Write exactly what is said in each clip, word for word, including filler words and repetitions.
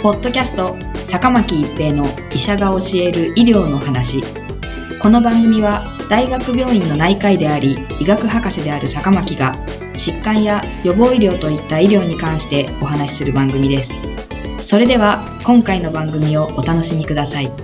ポッドキャスト坂巻一平の医者が教える医療の話。この番組は大学病院の内科医であり医学博士である坂巻が疾患や予防医療といった医療に関してお話しする番組です。それでは今回の番組をお楽しみください。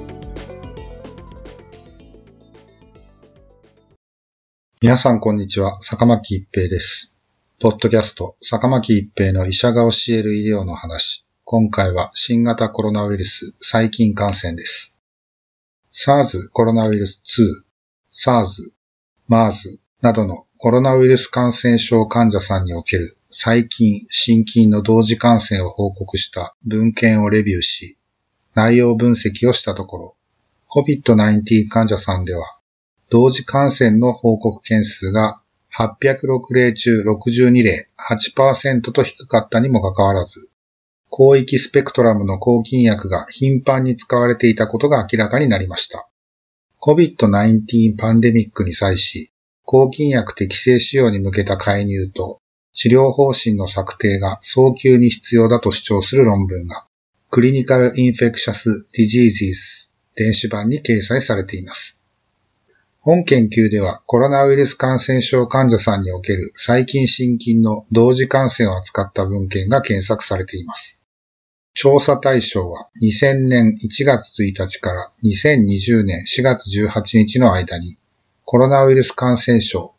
皆さんこんにちは、坂巻一平です。ポッドキャスト坂巻一平の医者が教える医療の話。今回は新型コロナウイルス細菌感染です。SARS コロナウイルスに、SARS、MERS などのコロナウイルス感染症患者さんにおける細菌、真菌の同時感染を報告した文献をレビューし、内容分析をしたところ、コビッドナインティーン 患者さんでは、同時感染の報告件数がはっぴゃくろくれい中ろくじゅうにれい、はちパーセント と低かったにもかかわらず、広域スペクトラムの抗菌薬が頻繁に使われていたことが明らかになりました。コビッドナインティーン パンデミックに際し、抗菌薬適正使用に向けた介入と治療方針の策定が早急に必要だと主張する論文が、クリニカル・インフェクシャス・ディジーズス電子版に掲載されています。本研究ではコロナウイルス感染症患者さんにおける細菌真菌の同時感染を扱った文献が検索されています。調査対象はにせんねんいちがつついたちからにせんにじゅうねんしがつじゅうはちにちの間にコロナウイルス感染症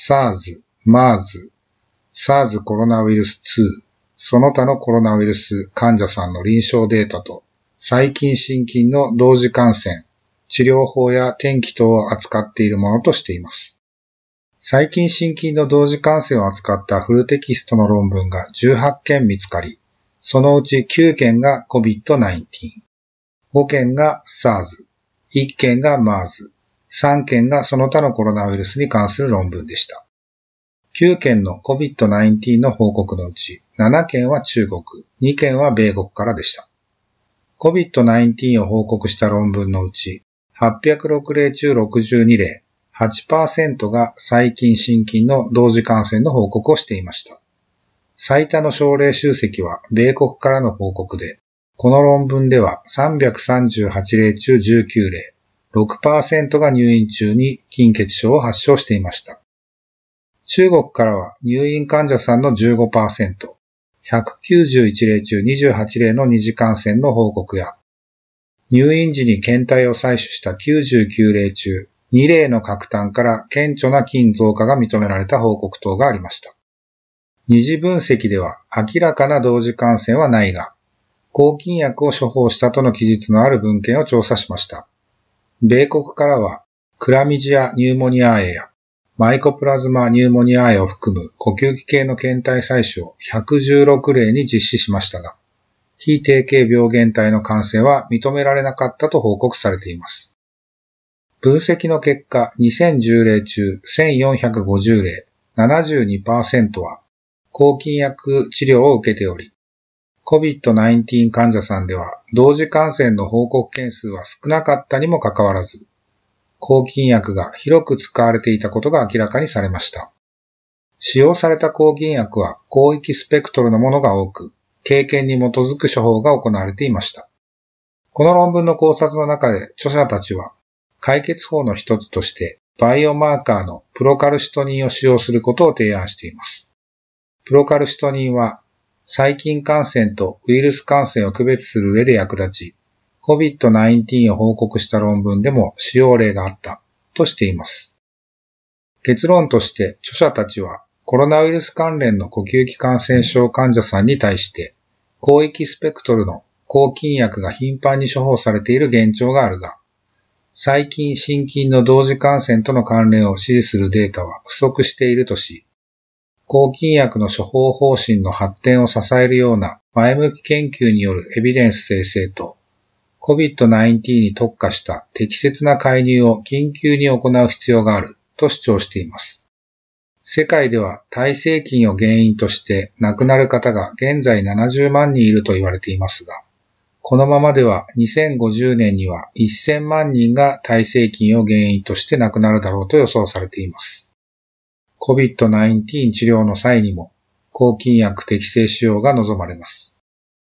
SARS、MERS、SARS コロナウイルスに、その他のコロナウイルス患者さんの臨床データと細菌真菌の同時感染、治療法や転機等を扱っているものとしています。細菌真菌の同時感染を扱ったフルテキストの論文がじゅうはちけん見つかり、そのうちきゅうけんが コビッドナインティーン、ごけんが SARS、いっけんが MERS、さんけんがその他のコロナウイルスに関する論文でした。きゅうけんの コビッドナインティーン の報告のうちななけんは中国、にけんは米国からでした。コビッドナインティーン を報告した論文のうちはっぴゃくろくれい中ろくじゅうにれい、はちパーセント が細菌真菌の同時感染の報告をしていました。最多の症例集積は米国からの報告で、この論文ではさんびゃくさんじゅうはちれい中じゅうきゅうれい、ろくパーセント が入院中に筋血症を発症していました。中国からは入院患者さんの じゅうごパーセント、ひゃくきゅうじゅういちれい中にじゅうはちれいの二次感染の報告や、入院時に検体を採取したきゅうじゅうきゅうれい中にれいの核炭から顕著な菌増加が認められた報告等がありました。二次分析では明らかな同時感染はないが、抗菌薬を処方したとの記述のある文献を調査しました。米国からはクラミジア・ニューモニアーエやマイコプラズマ・ニューモニアーエを含む呼吸器系の検体採取をひゃくじゅうろくれいに実施しましたが、非定型病原体の感染は認められなかったと報告されています。分析の結果、にせんじゅうれい中せんよんひゃくごじゅうれい、ななじゅうにパーセント は抗菌薬治療を受けており、コビッドナインティーン 患者さんでは同時感染の報告件数は少なかったにもかかわらず、抗菌薬が広く使われていたことが明らかにされました。使用された抗菌薬は広域スペクトルのものが多く、経験に基づく処方が行われていました。この論文の考察の中で著者たちは、解決法の一つとしてバイオマーカーのプロカルシトニンを使用することを提案しています。プロカルシトニンは細菌感染とウイルス感染を区別する上で役立ち、コビッドナインティーン を報告した論文でも使用例があったとしています。結論として著者たちはコロナウイルス関連の呼吸器感染症患者さんに対して広域スペクトルの抗菌薬が頻繁に処方されている現状があるが、細菌真菌の同時感染との関連を支持するデータは不足しているとし、抗菌薬の処方方針の発展を支えるような前向き研究によるエビデンス生成と コビッドナインティーン に特化した適切な介入を緊急に行う必要があると主張しています。世界では耐性菌を原因として亡くなる方が現在ななじゅうまんにんいると言われていますが、このままではにせんごじゅうねんにはせんまんにんが耐性菌を原因として亡くなるだろうと予想されています。コビッドナインティーン 治療の際にも抗菌薬適正使用が望まれます。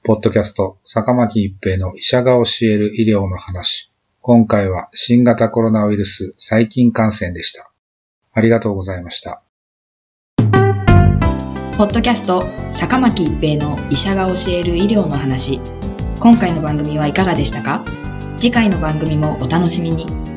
ポッドキャスト、坂巻一平の医者が教える医療の話。今回は新型コロナウイルス細菌感染でした。ありがとうございました。 ポッドキャスト、坂巻一平の医者が教える医療の話。今回の番組はいかがでしたか？次回の番組もお楽しみに。